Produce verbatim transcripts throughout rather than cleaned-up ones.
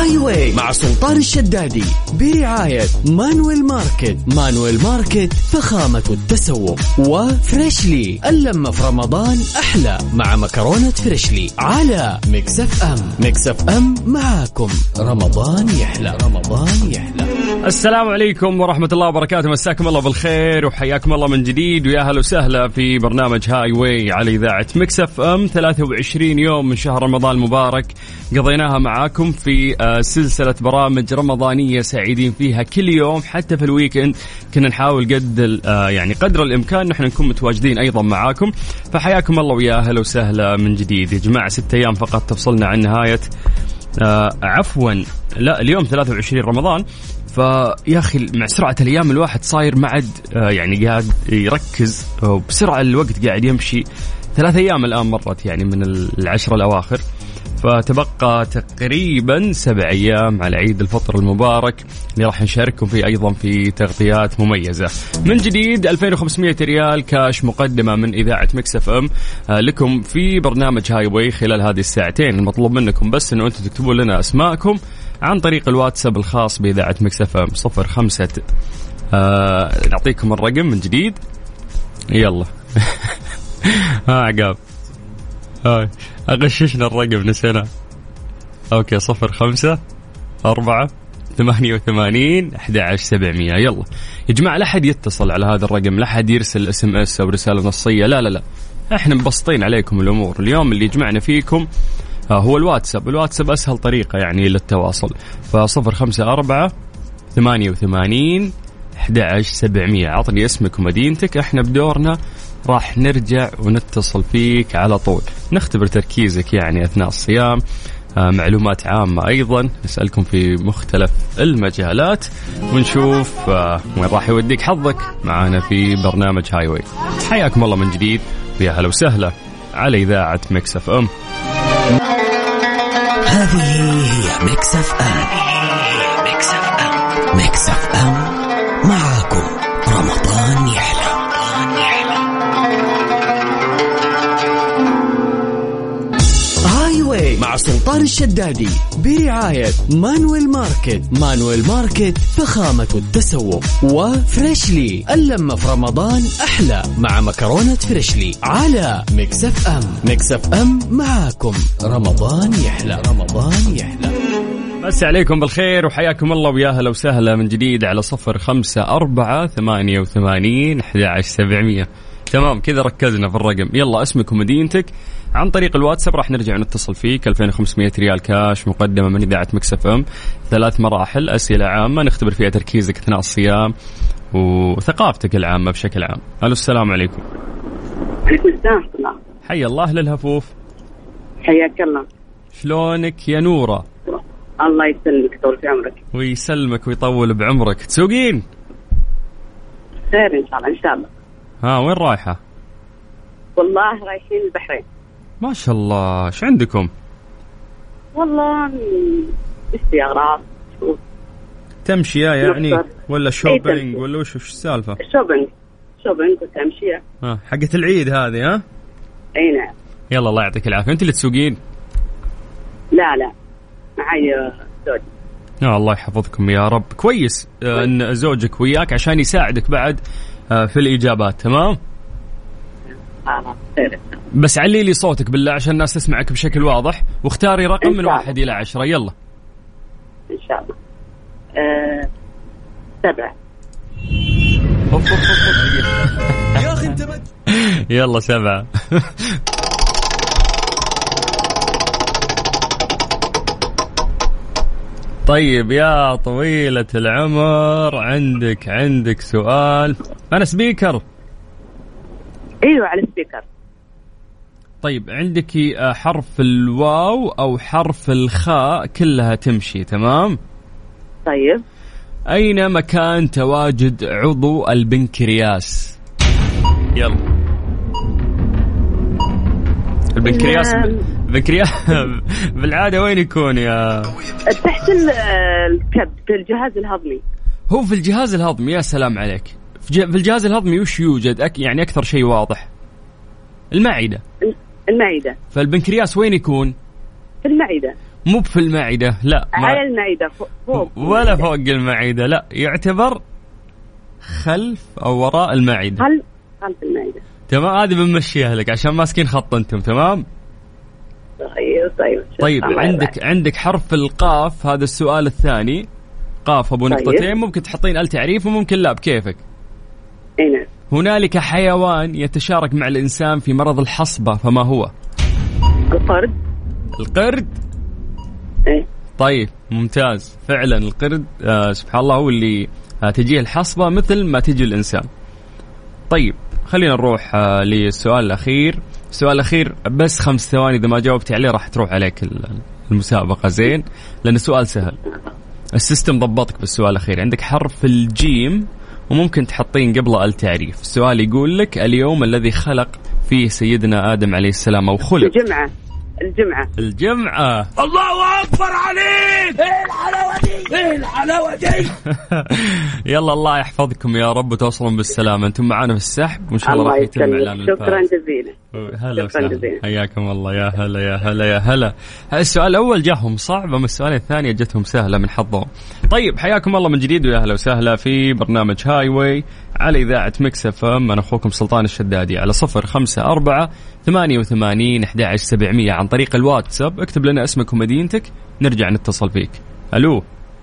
هاي واي مع سلطان الشدادي برعاية مانويل ماركت. مانويل ماركت فخامة التسوق. وفريشلي اللمة في رمضان أحلى مع مكرونة فريشلي على ميكس اف ام. ميكس اف ام معاكم رمضان يحلى. رمضان يحلى. السلام عليكم ورحمة الله وبركاته. مساكم الله بالخير وحياكم الله من جديد ويا هلا وسهلا في برنامج هاي واي على إذاعة ميكس اف ام. ثلاثة وعشرين يوم من شهر رمضان المبارك قضيناها معاكم في سلسلة برامج رمضانية سعيدين فيها كل يوم، حتى في الويكند كنا نحاول قد يعني قدر الإمكان نحن نكون متواجدين أيضا معاكم. فحياكم الله ويا هلا وسهلا من جديد. يا جماعة ستة أيام فقط تفصلنا عن نهاية آه عفوا لا اليوم ثلاثة وعشرين رمضان. فيا أخي مع سرعة الأيام الواحد صاير معد آه يعني قاعد يركز وبسرعة الوقت قاعد يمشي. ثلاثة أيام الآن مرت يعني من العشرة الأواخر، فتبقى تقريبا سبع أيام على عيد الفطر المبارك اللي راح نشارككم فيه أيضا في تغطيات مميزة. من جديد ألفين وخمسمائة ريال كاش مقدمة من إذاعة ميكس اف ام لكم في برنامج هاي واي خلال هذه الساعتين. المطلوب منكم بس أنه أنتم تكتبوا لنا أسماءكم عن طريق الواتساب الخاص بإذاعة ميكس اف ام صفر خمسة. آه نعطيكم الرقم من جديد. يلا ها عقاب هاي أغششنا الرقم نسينا. أوكي صفر خمسة أربعة ثمانية وثمانين أحد عشر سبعمية. يلا يا جماعة لا حد يتصل على هذا الرقم، لا حد يرسل اس ام اس أو رسالة نصية، لا لا لا احنا مبسطين عليكم الأمور. اليوم اللي جمعنا فيكم هو الواتساب. الواتساب أسهل طريقة يعني للتواصل، فصفر خمسة أربعة ثمانية وثمانين أحد عشر سبعمية. عطني اسمك ومدينتك، احنا بدورنا راح نرجع ونتصل فيك على طول، نختبر تركيزك يعني أثناء الصيام. آه معلومات عامة أيضا نسألكم في مختلف المجالات ونشوف آه وين راح يوديك حظك معنا في برنامج هاي واي. حياكم الله من جديد ويا هلا وسهلا على إذاعة ميكس اف ام. هذه هي ميكس اف ام. ميكس اف ام. ميكس اف ام معاكم رمضان يحلى. مع سلطان الشدادي برعاية مانويل ماركت. مانويل ماركت فخامة التسوق. وفريشلي اللمة في رمضان أحلى مع مكرونة فريشلي على ميكس اف ام. ميكس اف ام معاكم رمضان يحلى. رمضان يحلى. بس عليكم بالخير وحياكم الله ويا هلا وسهلا من جديد على صفر خمسة أربعة ثمانية وثمانين أحد عشر سبعمية. تمام كذا ركزنا في الرقم. يلا اسمك ومدينتك عن طريق الواتساب راح نرجع نتصل فيك. ألفين وخمسمائة ريال كاش مقدمة من إذاعة ميكس اف ام. ثلاث مراحل أسئلة عامة نختبر فيها تركيزك أثناء الصيام وثقافتك العامة بشكل عام. ألو السلام عليكم. عليكم السلام. حي الله للهفوف. حياك الله. شلونك يا نورة؟ الله يسلمك يطول في عمرك. ويسلمك ويطول بعمرك. تسوقين؟ خير إن شاء الله. إن شاء الله. ها وين رايحة؟ والله رايحين البحرين. ما شاء الله. ايش عندكم؟ والله استغراب تمشية يعني نفسر. ولا شوبينج ولا وش وش السالفة؟ شوبينج شوبينج وتمشية. ها حقة العيد هذه. ها اي نعم. يلا الله يعطيك العافية. انت اللي تسوقين؟ لا لا معي زوجي. يا الله يحفظكم يا رب. كويس آه ان زوجك وياك عشان يساعدك بعد آه في الإجابات. تمام آه. خير. بس علي لي صوتك بالله عشان الناس تسمعك بشكل واضح واختاري رقم من واحد إلى عشرة. يلا إن شاء الله. أه... سبعة. أوف أوف أوف. يا أخي أنت مد... يلا سبعة. طيب يا طويلة العمر عندك عندك سؤال. أنا سبيكر. ايوه على السبيكر. طيب عندك حرف الواو او حرف الخاء كلها تمشي. تمام. طيب اين مكان تواجد عضو البنكرياس؟ يلا. البنكرياس البنكرياس بالعاده وين يكون يا؟ تحت الكبد في الجهاز الهضمي. هو في الجهاز الهضمي. يا سلام عليك. في الجهاز الهضمي وش يوجد أك يعني أكثر شيء واضح؟ المعدة. المعدة. فالبنكرياس وين يكون؟ في المعدة. مو في المعدة، لا على المعدة فوق ولا فوق المعدة، لا يعتبر خلف أو وراء المعدة. خلف خلف المعدة. تمام، هذه بنمشيها لك عشان ماسكين خط أنتم. تمام طيب طيب طيب عندك عندك حرف القاف، هذا السؤال الثاني. قاف أبو نقطتين. طيب. ممكن تحطين التعريف وممكن لا، بكيفك. إيه. هنالك حيوان يتشارك مع الإنسان في مرض الحصبة، فما هو؟ القرد. القرد؟ إيه. طيب ممتاز، فعلا القرد آه سبحان الله هو اللي آه تجيه الحصبة مثل ما تجي الإنسان. طيب خلينا نروح آه للسؤال الأخير. السؤال الأخير بس خمس ثواني، إذا ما جاوبت عليه راح تروح عليك المسابقة، زين؟ لأن سؤال سهل، السيستم ضبطك بالسؤال الأخير. عندك حرف الجيم وممكن تحطين قبله التعريف. السؤال يقول لك اليوم الذي خلق فيه سيدنا آدم عليه السلام أو خلق. الجمعة. الجمعة. الجمعة. الله أكبر عليك. إيه الحلاوة دي، إيه الحلاوة دي. يلا الله يحفظكم يا رب وتوصلون بالسلامة. أنتم معانا في السحب وإن شاء الله راح يتم إعلان الفائز. شكرا جزيلا. هلا وسهلا، حياكم الله. يا هلا يا هلا يا هلا. السؤال الأول جاهم صعب، أما السؤال الثاني جتهم سهلة من حظهم. طيب حياكم الله من جديد ويا هلا وسهلا في برنامج هاي واي على إذاعة ميكس اف ام. أنا أخوكم سلطان الشدادي على صفر خمسة أربعة ثمانية وثمانين أحد عشر سبعمية عن طريق الواتساب. اكتب لنا اسمك ومدينتك نرجع نتصل فيك. ألو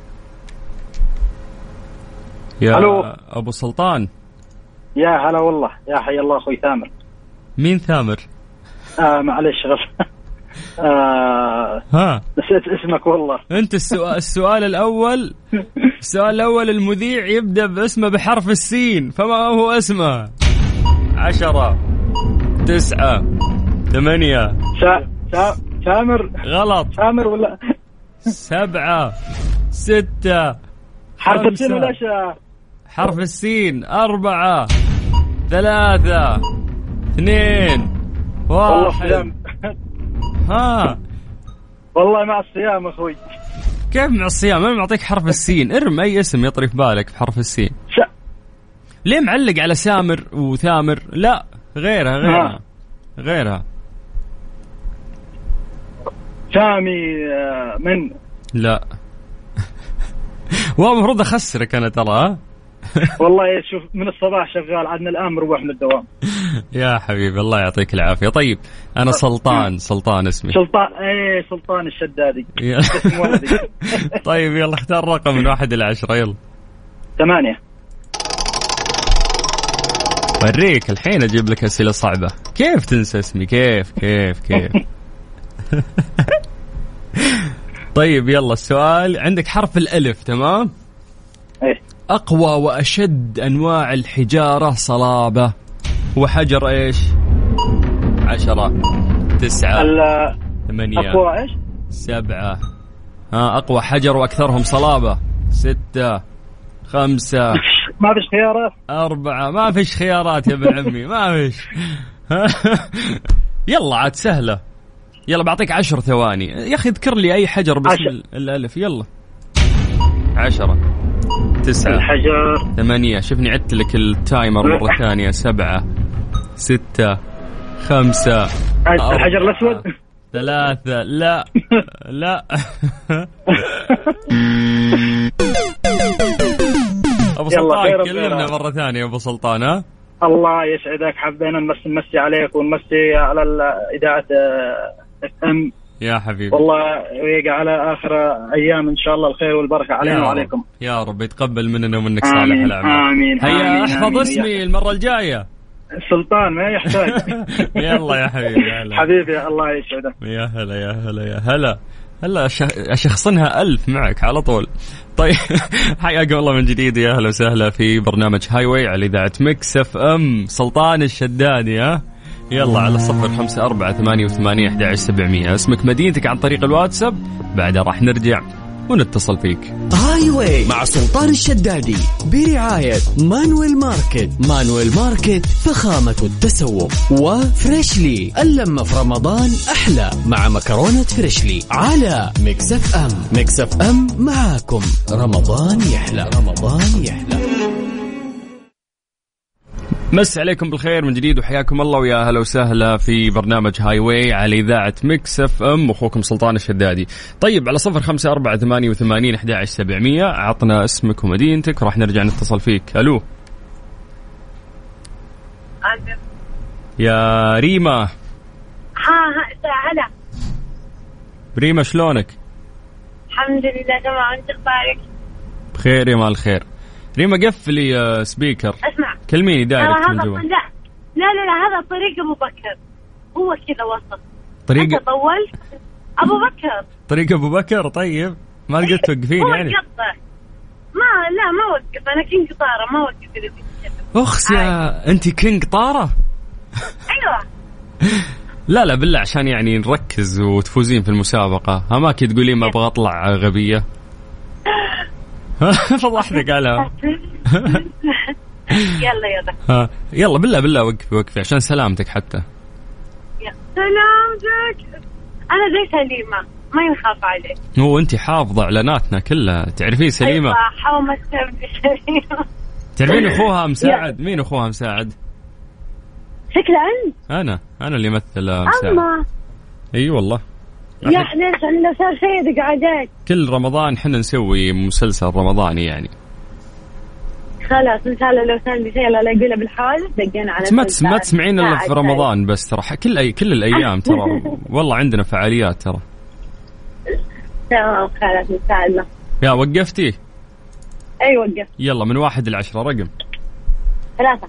يا ألو. أبو سلطان. يا هلا والله، يا حي الله أخوي ثامر. مين ثامر؟ آه معلش غف. آه ها نسيت اسمك والله. أنت السؤال السؤال الأول السؤال الأول المذيع يبدأ باسمه بحرف السين، فما هو اسمه؟ عشرة تسعة ثمانية سا سا ثامر. غلط. ثامر ولا سبعة ستة حرف السين ولا شا؟ حرف السين. أربعة ثلاثة اثنين واحد. ها والله مع الصيام أخوي. كيف مع الصيام؟ أنا معطيك حرف السين، ارم أي اسم يطري في بالك في حرف السين. شا. ليه معلق على سامر وثامر؟ لا غيرها غيرها غيرها. سامي من لا والله المفروض أخسرك أنا ترى. والله شوف من الصباح شغال، عدنا الآن مروح من الدوام. يا حبيبي الله يعطيك العافية. طيب أنا سلطان، سلطان اسمي. سلطان ايه سلطان الشدادي. اسم ولدي. طيب يلا اختار رقم من واحد إلى عشرة. يلا. ثمانية. وريك الحين أجيب لك أسئلة صعبة. كيف تنسى اسمي؟ كيف كيف كيف. طيب يلا السؤال. عندك حرف الألف. تمام. ايه. أقوى وأشد أنواع الحجارة صلابة هو حجر إيش؟ عشرة تسعة ثمانية أقوى إيش؟ سبعة. ها أقوى حجر وأكثرهم صلابة. ستة خمسة. ما فيش خيارات. أربعة. ما فيش خيارات يا ابن عمي، ما فيش. يلا عاد سهلة. يلا بعطيك عشر ثواني يا أخي. اذكر لي أي حجر باسم الألف. يلا. عشرة تسعة الحجر ثمانية. شوفني عدت لك التايمر مرة ثانية. سبعة ستة خمسة. الحجر الأسود. ثلاثة. لا لا. أبو سلطان كلمنا مرة ثانية. أبو سلطان. ها الله يسعدك، حبينا نمسي نمسي عليك ونمسي على إذاعة اف ام يا حبيبي. والله ويقع على آخر أيام إن شاء الله الخير والبركة علينا وعليكم يا رب. يتقبل مننا ومنك صالح الأعمال. آمين. هيا احفظ اسمي المرة الجاية. سلطان ما يحتاج. يلا يا حبيبي. هلا. حبيبي الله يسعدك. يا هلا يا هلا يا هلا هلا. أشخصنها ألف معك على طول. طيب حياكم الله من جديد. يا هلا وسهلا في برنامج هاي واي على إذاعة ميكس اف ام. سلطان الشدادي. ها يلا على صفر خمسة أربعة ثمانية وثمانين أحد عشر سبعمية. اسمك مدينتك عن طريق الواتساب، بعدها راح نرجع ونتصل فيك. هاي واي مع سلطان الشدادي برعاية مانويل ماركت. مانويل ماركت فخامة التسوق. وفريشلي اللمة في رمضان أحلى مع مكرونة فريشلي على ميكس اف ام. ميكس اف ام معاكم رمضان يحلى. رمضان يحلى. مس عليكم بالخير من جديد وحياكم الله ويا هلا وسهلا في برنامج هاي واي على إذاعة ميكس اف ام. أخوكم سلطان الشدادي. طيب على صفر خمسة أربعة ثمانية وثمانين أحد عشر سبعمية عطنا اسمك ومدينتك وراح نرجع نتصل فيك. ألو يا ريما. ها ها هلا ريما شلونك؟ الحمد لله تمام. انت اخبارك؟ بخير يا مال الخير. ريما قفلي سبيكر. اسمع كلميني دايركت من جوا. لا لا لا هذا طريق ابو بكر. هو كذا وسط. طريق انت طولت. ابو بكر. طريق ابو بكر. طيب ما لقيت توقفين يعني. ما لا ما وقف. انا كينج طاره ما وقف اذا اخس يا انت كينج طاره. ايوه. لا لا بالله عشان يعني نركز وتفوزين في المسابقة. أماكن تقولين ما أبغى أطلع غبية. فضحتك على. يلا يلا. يلا بالله بالله وقفي وقفي عشان سلامتك حتى. سلامتك. أنا زي سليمة ما ينخاف عليك. هو أنت حافظة إعلاناتنا كلها تعرفين سليمة. حومة سليمة. تعرفين أخوها مساعد. مين أخوها مساعد؟ شكله أنت. أنا أنا اللي مثل مساعد. أما. أي والله. يا حليش أنا صار شيء دق عليك. كل رمضان حنا نسوي مسلسل رمضاني يعني. خلاص إن شاء الله لو سان بشيء الله لا يقوله بالحال دقينا على. ما تس ما تسمعين إلا في رمضان بس ترى كل أي كل الأيام ترى والله عندنا فعاليات ترى. تمام خلاص إن شاء الله. يا وقفتي؟ أي وقف. يلا من واحد لعشرة رقم. ثلاثة.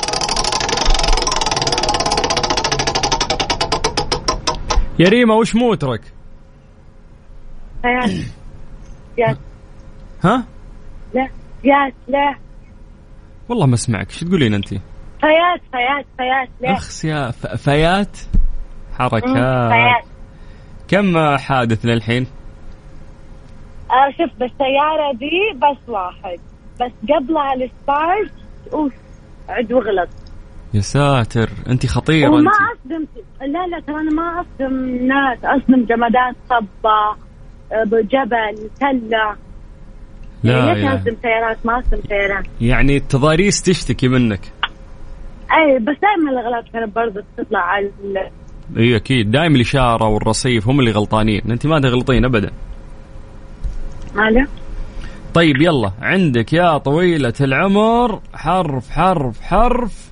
يا ريما وش موترك؟ فيات. فيات. ها؟ لا فيات لا. والله ما اسمعك شو تقولين أنت؟ فيات فيات فيات لا. أخس يا ف... فيات حركات. فيات. كم حادث للحين؟ آه شوف بالسيارة دي بس واحد بس قبلها السبارت أوف عد وغلط. يا ساتر أنت خطيرة. وما أنت. أصدم. لا لا ترى أنا ما أصدم ناس أصدم جمادات صبة بجبل تلة. لا ليش أصدم سيارات ما أصدم سيارات. يعني التضاريس تشتكي منك. أي بس دائما الأغلاط كانت برضه تطلع على. أي أكيد دائما الإشارة والرصيف هم اللي غلطانين. أنت ما تغلطين أبدا. ماله. طيب يلا عندك يا طويلة العمر حرف حرف حرف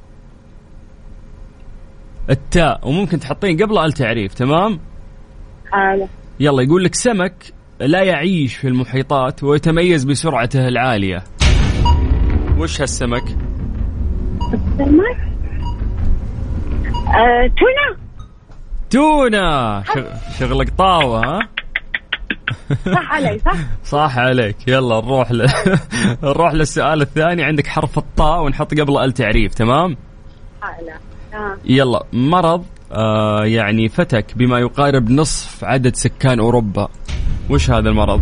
التاء وممكن تحطين قبله التعريف. تمام. حاله. يلا يقول لك سمك لا يعيش في المحيطات ويتميز بسرعته العالية. وش هالسمك؟ السمك آه، تونة. تونة. شغلك طاوة ها. صح علي صح. صح عليك. يلا نروح ل... نروح للسؤال الثاني. عندك حرف الطاء ونحط قبله التعريف. تمام. حاله. آه. يلا مرض آه يعني فتك بما يقارب نصف عدد سكان أوروبا. وش هذا المرض؟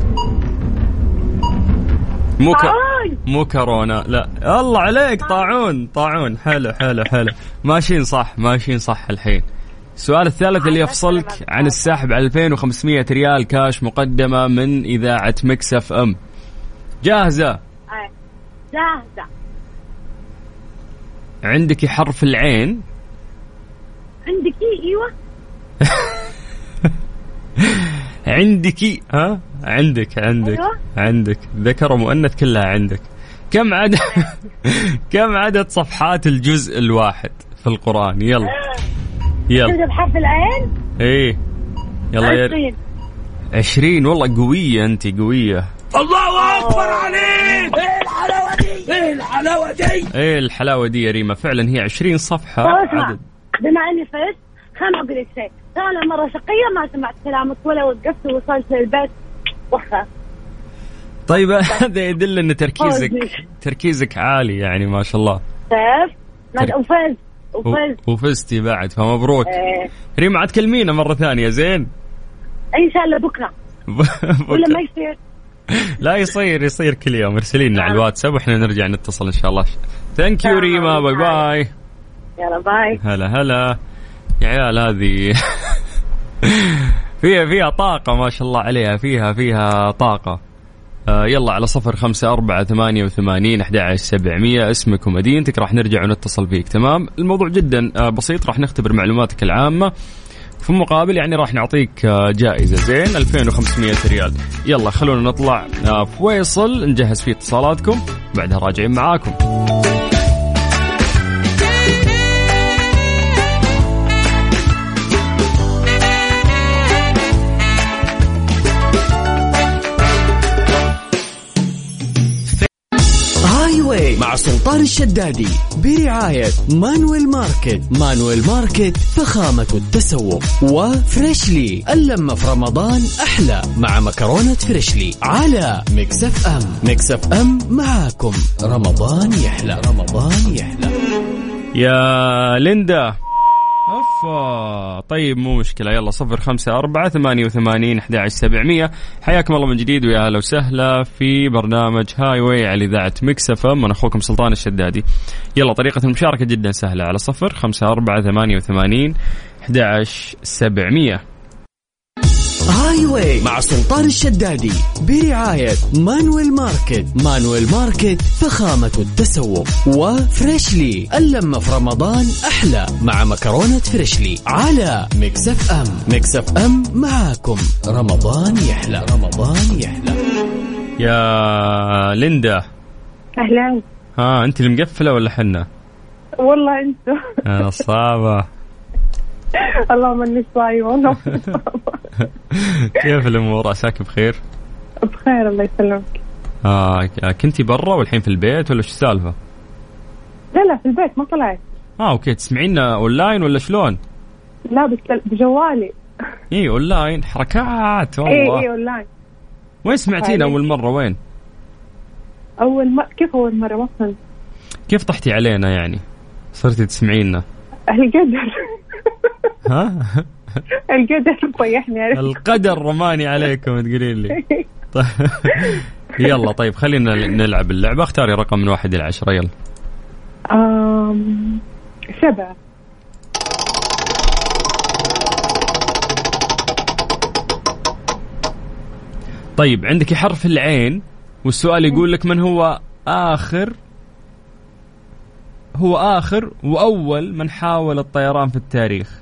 مو ك... مو كورونا. لا الله عليك. طاعون. طاعون. حلو حلو حلو ماشيين صح ماشيين صح. الحين السؤال الثالث اللي يفصلك عن السحب على ألفين وخمسمية ريال كاش مقدمة من إذاعة ميكس اف ام. جاهزة؟ جاهزة. عندك حرف العين. عندك ايوه. عندك ها عندك عندك أيوة. عندك ذكر ومؤنث كلها عندك. كم عدد كم عدد صفحات الجزء الواحد في القرآن؟ يلا يلا بحرف العين. ايه يلا عشرين. عشرين. والله قوية أنت قوية. الله أكبر عليك. ايه الحلاوة دي ايه الحلاوة دي ايه الحلاوة دي يا ريما. فعلا هي عشرين صفحة عدد. بما اني فزت خلنا اقول لك شيء. انا مرة شقية ما سمعت كلامك ولا وقفت ووصلت للبيت وخا. طيب هذا يدل ان تركيزك تركيزك عالي يعني ما شاء الله. شايف تر... وفزت وفزت وفزتي بعد فمبروك. ايه. ريما عاد كلمينا مرة ثانية زين. ان شاء الله بكرة. ولا ما يصير. لا يصير يصير كل يوم. ارسلينا على الواتساب واحنا نرجع نتصل ان شاء الله. ثانك يو ريما. باي باي. يلا باي. هلا هلا يا عيال. هذه فيها فيها طاقة ما شاء الله عليها. فيها فيها طاقة. آه يلا على صفر خمسة أربعة ثمانية وثمانين أحد عشر سبعمية اسمك ومدينتك راح نرجع ونتصل فيك. تمام. الموضوع جدا آه بسيط، راح نختبر معلوماتك العامة، في المقابل يعني راح نعطيك آه جائزة زين ألفين وخمسمية ريال. يلا خلونا نطلع آه فويصل نجهز فيه اتصالاتكم، بعدها راجعين معاكم. مع سلطان الشدادي برعاية مانويل ماركت. مانويل ماركت فخامة التسوق، وفريشلي اللمة في رمضان أحلى مع مكرونة فريشلي على ميكس اف ام. ميكس اف ام معاكم رمضان يحلى، رمضان يحلى. يا ليندا أفا طيب مو مشكلة، يلا صفر خمسة أربعة ثمانية وثمانين أحد عشر سبعمية. حياكم الله من جديد ويا أهلا وسهلا في برنامج هاي واي على إذاعة ميكس اف ام. أنا أخوكم سلطان الشدادي. يلا طريقة المشاركة جدا سهلة، على صفر خمسة أربعة ثمانية وثمانين أحد عشر سبعمية. هاي واي مع سلطان الشدادي برعاية مانويل ماركت. مانويل ماركت فخامة التسوق، وفريشلي اللمة في رمضان أحلى مع مكرونة فريشلي على ميكس اف ام. ميكس اف ام معاكم رمضان يحلى، رمضان يحلى. يا ليندا أهلا. ها أنت اللي مقفلة ولا حنا؟ والله أنتو. أنا صعبة. اللهم إني صايمة. كيف الأمور؟ عساك بخير؟ بخير الله يسلمك. آه كنتي برا والحين في البيت ولا شو السالفة؟ لا لا في البيت ما طلعت. آه أوكي. تسمعينا أونلاين ولا شلون؟ لا بس بجوالي. إيه أونلاين حركات والله. إيه إيه أونلاين. وين سمعتينا أول مرة؟ وين؟ أول مرة كيف أول مرة ما فهمت. كيف طحتي علينا يعني؟ صرتي تسمعينا؟ القدر. ها؟ القدر طيحني عليك. القدر رماني عليكم تقولين لي. طيب يلا طيب خلينا نلعب اللعبة. اختاري رقم من واحد إلى عشرة. يلا. أم... سبعة. طيب عندك حرف العين والسؤال يقول لك من هو آخر هو آخر وأول من حاول الطيران في التاريخ.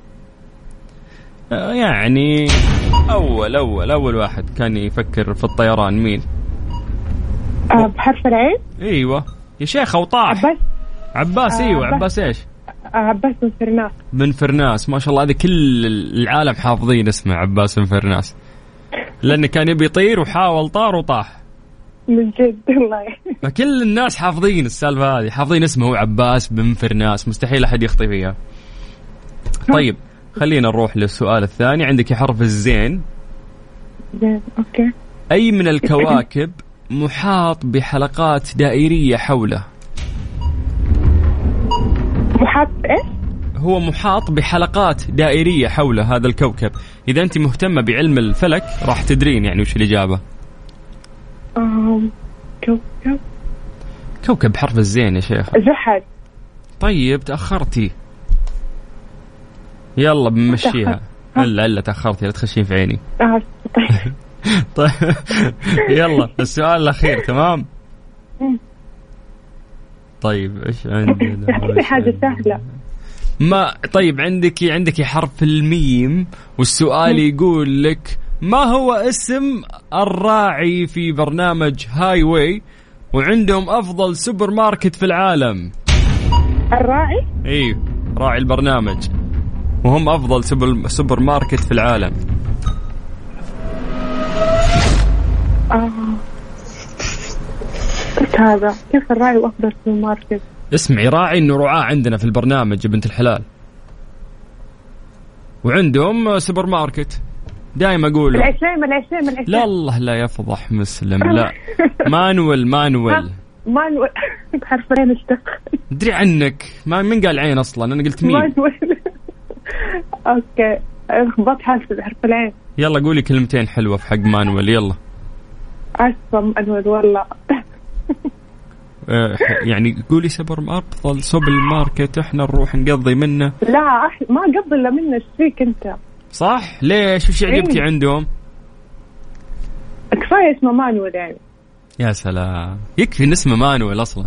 يعني أول أول أول واحد كان يفكر في الطيران مين؟ أه بحرف العين. أيوة يا شيخ وطاح. عباس. عباس. أيوة عباس. عباس إيش؟ عباس بن فرناس. بن فرناس ما شاء الله. هذه كل العالم حافظين اسمه عباس بن فرناس، لأنه كان يبي يطير وحاول طار وطاح. من جد والله. فكل الناس حافظين السالفة هذه، حافظين اسمه هو عباس بن فرناس، مستحيل أحد يخطي فيها. طيب خلينا نروح للسؤال الثاني. عندك حرف الزين. زين أوكي. أي من الكواكب محاط بحلقات دائرية حوله؟ محاط إيش؟ هو محاط بحلقات دائرية حوله هذا الكوكب. إذا أنت مهتمة بعلم الفلك راح تدرين يعني وش الإجابة. أم... كوكب كوكب حرف الزين يا شيخ. زحل. طيب تأخرتي. يلا بنمشيها. إلا إلا تأخرتي لا تخشين في عيني. آه طيب. طيب يلا السؤال الأخير. تمام. طيب إيش عندنا؟ حاجة سهلة. ما طيب عندك عندك حرف الميم والسؤال يقول لك ما هو اسم الراعي في برنامج هاي واي وعندهم أفضل سوبر ماركت في العالم؟ الراعي؟ إيه راعي البرنامج وهم أفضل سوبر ماركت في العالم. آه. هذا كيف الراعي وأفضل سوبر ماركت؟ اسمعي راعي إنه رعاة عندنا في البرنامج يا بنت الحلال، وعندهم سوبر ماركت دائما أقول العشرين العشرين العشرين. لا الله لا يفضح مسلم. لا مانويل مانويل مانويل بحرف العين اشتق. ادري عنك ما من قال عين أصلا أنا قلت مين. مانويل. أوكي خبط حاسب بحرف العين. يلا قولي كلمتين حلوة في حق مانويل. يلا. أسفة مانويل والله. يعني قولي سوبر أفضل سوبر ماركت احنا نروح نقضي منه. لا ما قضي إلا منه. ايش فيك انت؟ صح ليش وش عجبك عندهم؟ كفاية اسمه مانويل يعني. يا سلام، يكفي إن اسمه مانويل أصلا.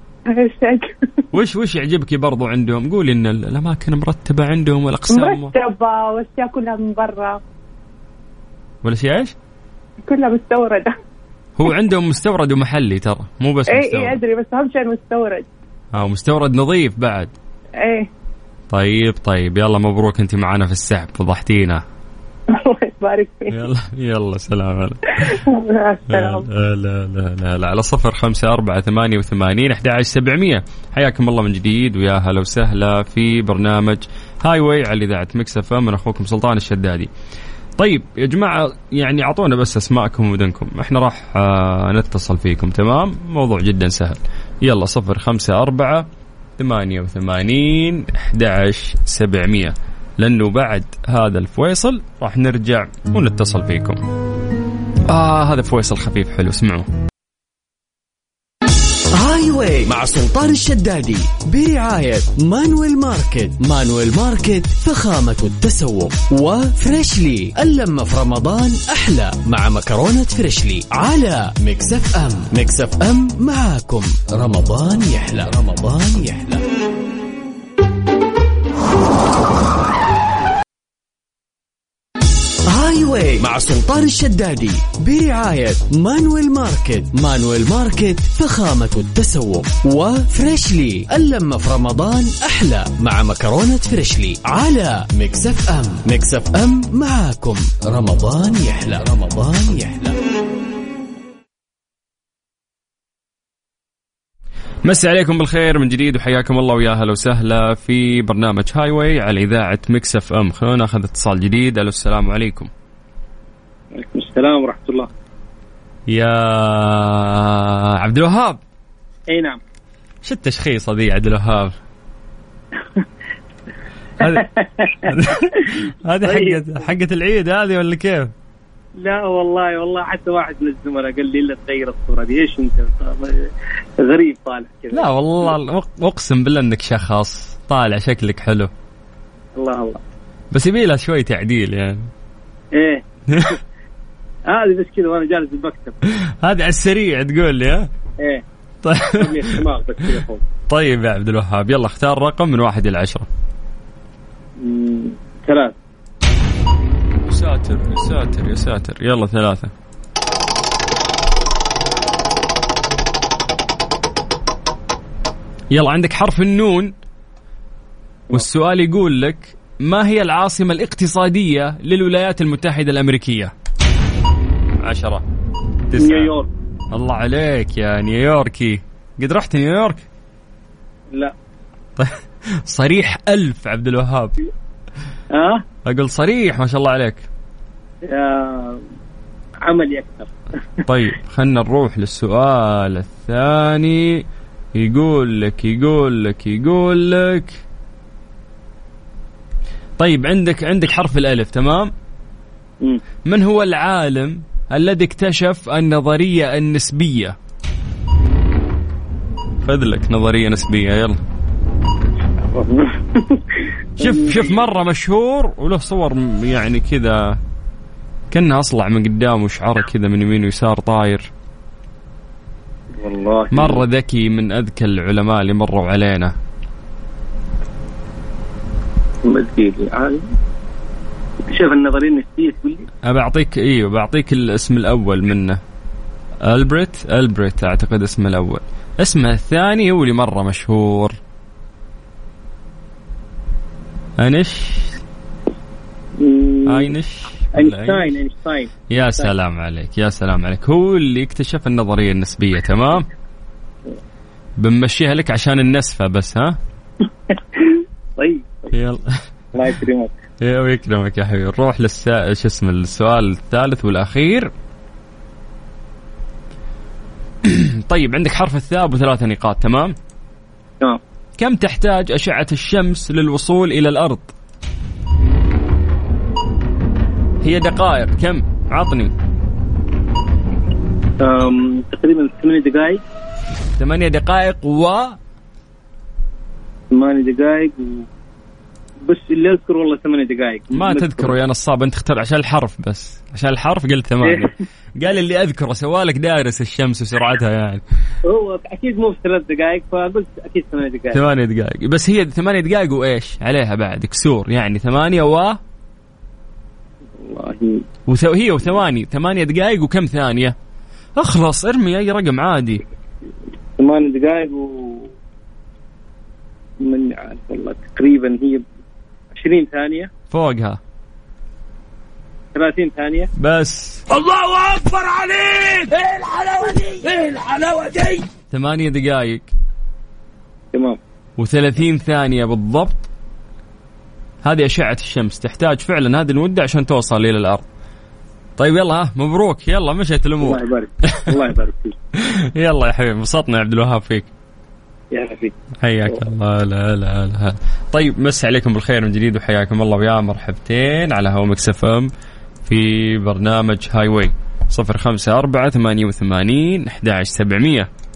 وش وش يعجبك برضو عندهم؟ قولي إن الأماكن مرتبة عندهم والأقسام مرتبة والأشياء كلها من برا. ولا شيء إيش؟ كلها مستوردة. هو عندهم مستورد ومحلي ترى، مو بس ايه مستورد. ايه ادري، بس اهم شيء مستورد. اه مستورد نظيف بعد. ايه طيب طيب يلا مبروك، انت معانا في السحب، فضحتينا. الله يبارك فيك. يلا يلا سلام. السلام. لا لا لا لا, لا. على صفر خمسة أربعة ثمانية وثمانين أحد عشر سبعمية. حياكم الله من جديد ويا هلا وسهلا في برنامج هاي واي على إذاعة ميكس اف ام، من أخوكم سلطان الشدادي. طيب يا جماعة يعني أعطونا بس أسماءكم ومدنكم، إحنا راح آه نتصل فيكم. تمام، موضوع جدا سهل. يلا صفر خمسة أربعة ثمانية وثمانين أحد عشر سبعمية، لأنه بعد هذا الفويصل راح نرجع ونتصل فيكم. آه هذا فويصل خفيف حلو، اسمعوا. هاي واي مع سلطان الشدادي برعاية مانويل ماركت. مانويل ماركت فخامة التسوق، وفريشلي اللمة في رمضان أحلى مع مكرونة فريشلي على ميكس اف ام. ميكس اف ام معاكم رمضان يحلى، رمضان يحلى. هاي واي مع سلطان الشدادي برعاية مانويل ماركت. مانويل ماركت فخامة التسوق، وفريشلي اللمة في رمضان أحلى مع مكرونة فريشلي على ميكس اف ام. ميكس اف ام معاكم رمضان يحلى، رمضان يحلى. مسي عليكم بالخير من جديد وحياكم الله ويا هلا وسهلا في برنامج هاي واي على إذاعة ميكس اف ام. خلونا ناخذ اتصال جديد. الو السلام عليكم. وعليكم السلام ورحمة الله. يا عبد الوهاب. اي نعم. شو التشخيص ذي عبد الوهاب؟ هذه هذه حقة حقة العيد هذه ولا كيف؟ لا والله والله حتى واحد من الزملاء قال لي لا تغير الصورة دي. ايش انت غريب طالع كذا؟ لا والله اقسم بالله انك شخص طالع شكلك حلو. الله الله. بس يبي له شوي تعديل يعني. ايه هذه بس كذا وانا جالس بالمكتب. هذا على السريع تقول لي ها؟ ايه. طيب بس كذا فوق. طيب يا عبد الوهاب يلا اختار رقم من واحد إلى عشرة. ثلاث. يا ساتر يا ساتر يا ساتر. يلا ثلاثة. يلا عندك حرف النون، والسؤال يقول لك ما هي العاصمة الاقتصادية للولايات المتحدة الأمريكية؟ عشرة تسعة. نيويورك. الله عليك يا نيويوركي، قد رحت نيويورك؟ لا. صريح ألف عبد الوهاب. ها؟ أقول صريح ما شاء الله عليك. يا عملي أكثر. طيب خلنا نروح للسؤال الثاني. يقول لك يقول لك يقول لك طيب عندك عندك حرف الألف. تمام. م. من هو العالم الذي اكتشف النظرية النسبية؟ خذ لك نظرية نسبية يلا. شوف شوف مرة مشهور وله صور يعني كذا كأنه أصلع من قدام وشعره كذا من يمين ويسار طاير. والله مرة ذكي من أذكى العلماء اللي مروا علينا. شوف النظرية النسبية تقول لي. أبى أعطيك إيه بعطيك الاسم الأول منه. ألبرت ألبرت أعتقد اسمه الأول. اسمه الثاني هو اللي مرة مشهور. أنش أينش أينشتاين. أينشتاين. يا سلام عليك يا سلام عليك. هو اللي اكتشف النظرية النسبية. تمام. بنمشيها لك عشان النسفة بس ها. طيب يلا الله يكرمك. يا يكرمك يا حبيبي. نروح للسا شو اسمه السؤال الثالث والأخير. طيب عندك حرف الثاء بثلاثة نقاط. تمام. تمام. كم تحتاج أشعة الشمس للوصول إلى الأرض؟ هي دقائق كم؟ عطني. أم... تقريبا ثمانية دقائق. ثمانية دقائق و ثمانية دقائق و... بس اللي أذكر والله ثمانية دقائق. ما تذكره يا نصاب، أنت اختار عشان الحرف بس، عشان الحرف قلت ثمانية. قال اللي أذكره، سوالك دارس الشمس وسرعتها يعني. هو أكيد مو في ثلاث دقائق، فقلت أكيد ثمانية دقائق. ثمانية دقائق بس، هي ثمانية دقائق وإيش عليها بعد كسور يعني ثمانية و والله وهي وثمانية ثمانية دقائق وكم ثانية؟ أخلص ارمي أي رقم عادي. ثمانية دقائق و من عارف والله تقريبا هي عشرين ثانية، فوقها ثلاثين ثانية بس. الله أكبر عليك. إيه الحلاوة دي، إيه الحلاوة دي. ثمانية دقائق تمام وثلاثين ثانية بالضبط. هذه أشعة الشمس، تحتاج فعلا هذه المدة عشان توصل إلى الأرض. طيب يلا ها مبروك، يلا مشيت الأمور. الله يبارك الله يبارك فيك. يلا يا حبيبي، انبسطنا يا عبد الوهاب فيك. يا حبيبي حياك الله. لا لا لا. طيب مس عليكم بالخير من جديد وحياكم الله ويا مرحبتين على هوا ميكس اف ام في برنامج هاي واي. صفر خمسة أربعة ثمانية وثمانين أحد عشر سبعمية.